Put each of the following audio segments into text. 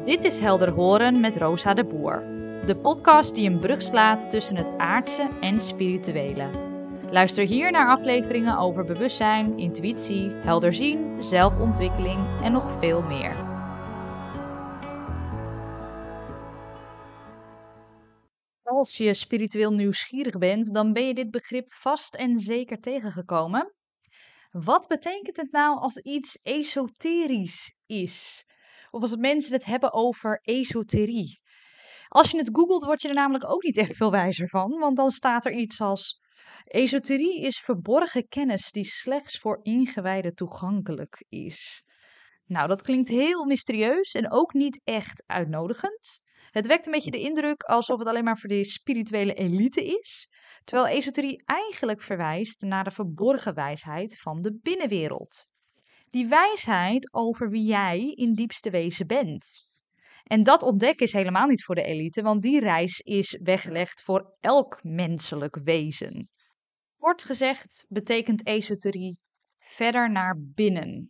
Dit is Helder Horen met Rosa de Boer. De podcast die een brug slaat tussen het aardse en spirituele. Luister hier naar afleveringen over bewustzijn, intuïtie, helder zien, zelfontwikkeling en nog veel meer. Als je spiritueel nieuwsgierig bent, dan ben je dit begrip vast en zeker tegengekomen. Wat betekent het nou als iets esoterisch is? Of als mensen het hebben over esoterie? Als je het googelt, word je er namelijk ook niet echt veel wijzer van, want dan staat er iets als: esoterie is verborgen kennis die slechts voor ingewijden toegankelijk is. Nou, dat klinkt heel mysterieus en ook niet echt uitnodigend. Het wekt een beetje de indruk alsof het alleen maar voor de spirituele elite is, terwijl esoterie eigenlijk verwijst naar de verborgen wijsheid van de binnenwereld. Die wijsheid over wie jij in diepste wezen bent. En dat ontdekken is helemaal niet voor de elite, want die reis is weggelegd voor elk menselijk wezen. Kort gezegd betekent esoterie verder naar binnen.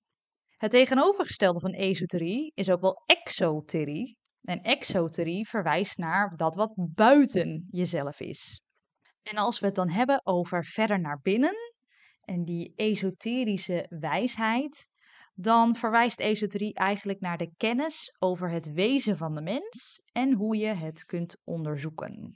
Het tegenovergestelde van esoterie is ook wel exoterie. En exoterie verwijst naar dat wat buiten jezelf is. En als we het dan hebben over verder naar binnen en die esoterische wijsheid, dan verwijst esoterie eigenlijk naar de kennis over het wezen van de mens en hoe je het kunt onderzoeken.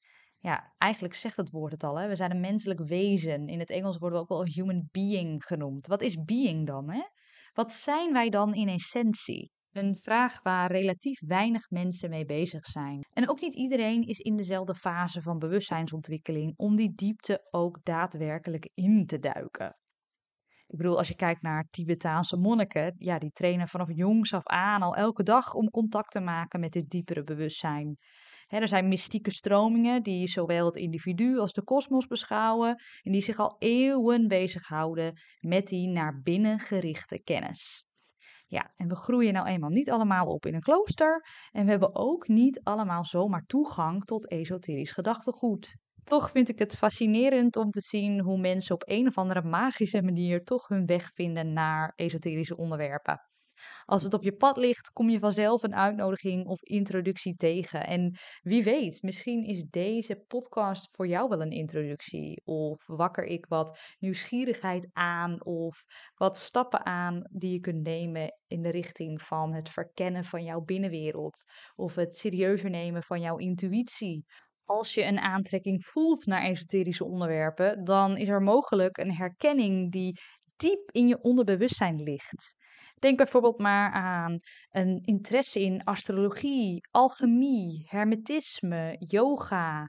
Ja, eigenlijk zegt het woord het al, hè? We zijn een menselijk wezen. In het Engels worden we ook wel een human being genoemd. Wat is being dan, hè? Wat zijn wij dan in essentie? Een vraag waar relatief weinig mensen mee bezig zijn. En ook niet iedereen is in dezelfde fase van bewustzijnsontwikkeling om die diepte ook daadwerkelijk in te duiken. Ik bedoel, als je kijkt naar Tibetaanse monniken, ja, die trainen vanaf jongs af aan al elke dag om contact te maken met dit diepere bewustzijn. Er zijn mystieke stromingen die zowel het individu als de kosmos beschouwen en die zich al eeuwen bezighouden met die naar binnen gerichte kennis. Ja, en we groeien nou eenmaal niet allemaal op in een klooster en we hebben ook niet allemaal zomaar toegang tot esoterisch gedachtegoed. Toch vind ik het fascinerend om te zien hoe mensen op een of andere magische manier toch hun weg vinden naar esoterische onderwerpen. Als het op je pad ligt, kom je vanzelf een uitnodiging of introductie tegen. En wie weet, misschien is deze podcast voor jou wel een introductie. Of wakker ik wat nieuwsgierigheid aan of wat stappen aan die je kunt nemen in de richting van het verkennen van jouw binnenwereld. Of het serieuzer nemen van jouw intuïtie. Als je een aantrekking voelt naar esoterische onderwerpen, dan is er mogelijk een herkenning die diep in je onderbewustzijn ligt. Denk bijvoorbeeld maar aan een interesse in astrologie, alchemie, hermetisme, yoga,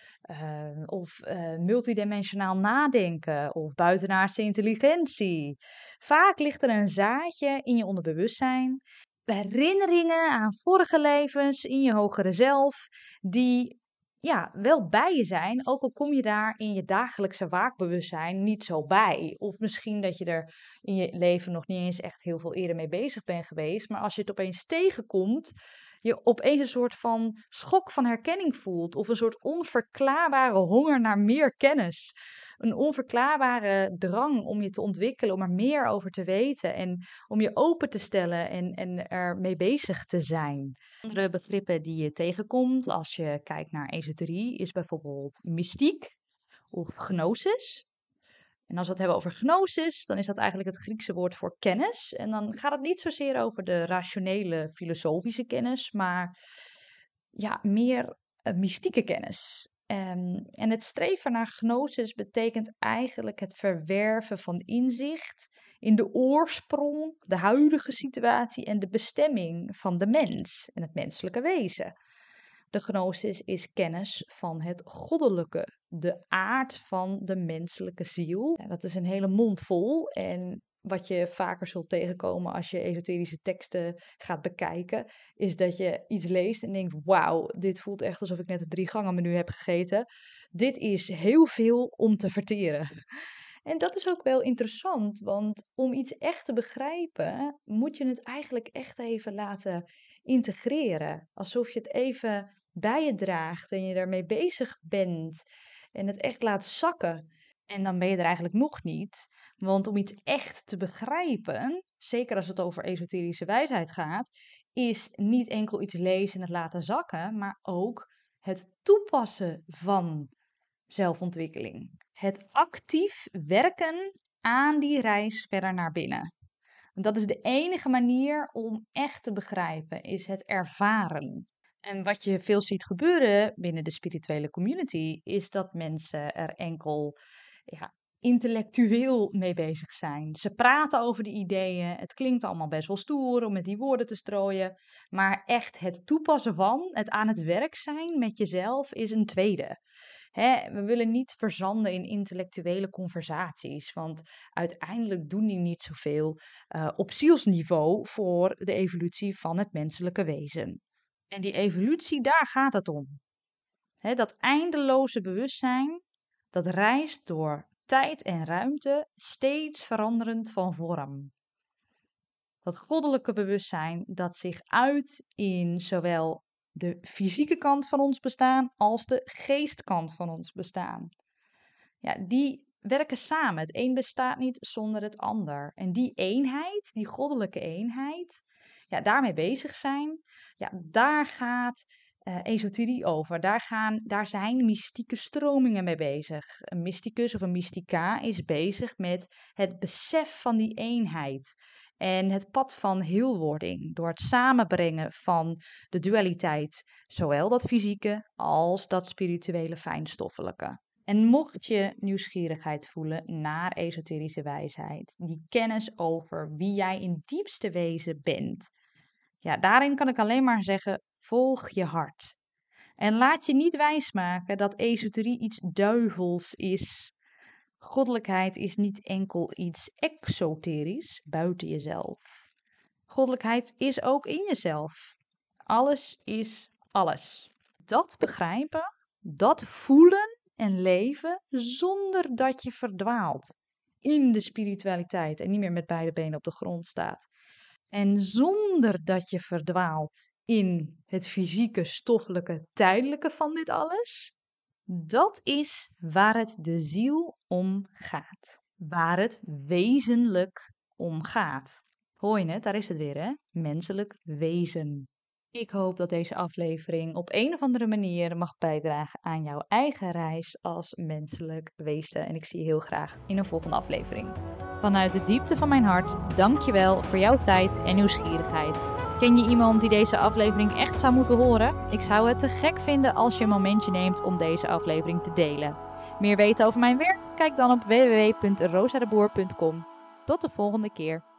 of multidimensionaal nadenken of buitenaardse intelligentie. Vaak ligt er een zaadje in je onderbewustzijn, herinneringen aan vorige levens in je hogere zelf, die ja, wel bij je zijn, ook al kom je daar in je dagelijkse waakbewustzijn niet zo bij. Of misschien dat je er in je leven nog niet eens echt heel veel eerder mee bezig bent geweest, maar als je het opeens tegenkomt, je opeens een soort van schok van herkenning voelt, of een soort onverklaarbare honger naar meer kennis. Een onverklaarbare drang om je te ontwikkelen, om er meer over te weten en om je open te stellen en er mee bezig te zijn. Andere begrippen die je tegenkomt als je kijkt naar esoterie is bijvoorbeeld mystiek of gnosis. En als we het hebben over gnosis, dan is dat eigenlijk het Griekse woord voor kennis. En dan gaat het niet zozeer over de rationele filosofische kennis, maar ja, meer mystieke kennis. En het streven naar gnosis betekent eigenlijk het verwerven van inzicht in de oorsprong, de huidige situatie en de bestemming van de mens en het menselijke wezen. De gnosis is kennis van het goddelijke, de aard van de menselijke ziel. Ja, dat is een hele mond vol en wat je vaker zult tegenkomen als je esoterische teksten gaat bekijken, is dat je iets leest en denkt: wauw, dit voelt echt alsof ik net een 3-gangen menu heb gegeten. Dit is heel veel om te verteren. En dat is ook wel interessant, want om iets echt te begrijpen, moet je het eigenlijk echt even laten integreren. Alsof je het even bij je draagt en je daarmee bezig bent en het echt laat zakken. En dan ben je er eigenlijk nog niet. Want om iets echt te begrijpen, zeker als het over esoterische wijsheid gaat, is niet enkel iets lezen en het laten zakken, maar ook het toepassen van zelfontwikkeling. Het actief werken aan die reis verder naar binnen. Dat is de enige manier om echt te begrijpen, is het ervaren. En wat je veel ziet gebeuren binnen de spirituele community, is dat mensen er enkel intellectueel mee bezig zijn. Ze praten over de ideeën, het klinkt allemaal best wel stoer om met die woorden te strooien, maar echt het toepassen van, het aan het werk zijn met jezelf, is een tweede. We willen niet verzanden in intellectuele conversaties, want uiteindelijk doen die niet zoveel op zielsniveau voor de evolutie van het menselijke wezen. En die evolutie, daar gaat het om. Dat eindeloze bewustzijn, dat reist door tijd en ruimte, steeds veranderend van vorm. Dat goddelijke bewustzijn dat zich uit in zowel de fysieke kant van ons bestaan als de geestkant van ons bestaan. Ja, die werken samen. Het een bestaat niet zonder het ander. En die eenheid, die goddelijke eenheid, daarmee bezig zijn, daar gaat esoterie over. Daar zijn mystieke stromingen mee bezig. Een mysticus of een mystica is bezig met het besef van die eenheid. En het pad van heelwording, door het samenbrengen van de dualiteit, zowel dat fysieke als dat spirituele fijnstoffelijke. En mocht je nieuwsgierigheid voelen naar esoterische wijsheid, die kennis over wie jij in diepste wezen bent, daarin kan ik alleen maar zeggen, volg je hart. En laat je niet wijsmaken dat esoterie iets duivels is. Goddelijkheid is niet enkel iets exoterisch, buiten jezelf. Goddelijkheid is ook in jezelf. Alles is alles. Dat begrijpen, dat voelen en leven zonder dat je verdwaalt in de spiritualiteit en niet meer met beide benen op de grond staat. En zonder dat je verdwaalt in het fysieke, stoffelijke, tijdelijke van dit alles. Dat is waar het de ziel om gaat. Waar het wezenlijk om gaat. Hoor je het? Daar is het weer, hè? Menselijk wezen. Ik hoop dat deze aflevering op een of andere manier mag bijdragen aan jouw eigen reis als menselijk wezen. En ik zie je heel graag in een volgende aflevering. Vanuit de diepte van mijn hart, dankjewel voor jouw tijd en nieuwsgierigheid. Ken je iemand die deze aflevering echt zou moeten horen? Ik zou het te gek vinden als je een momentje neemt om deze aflevering te delen. Meer weten over mijn werk? Kijk dan op www.rosadeboer.com. Tot de volgende keer.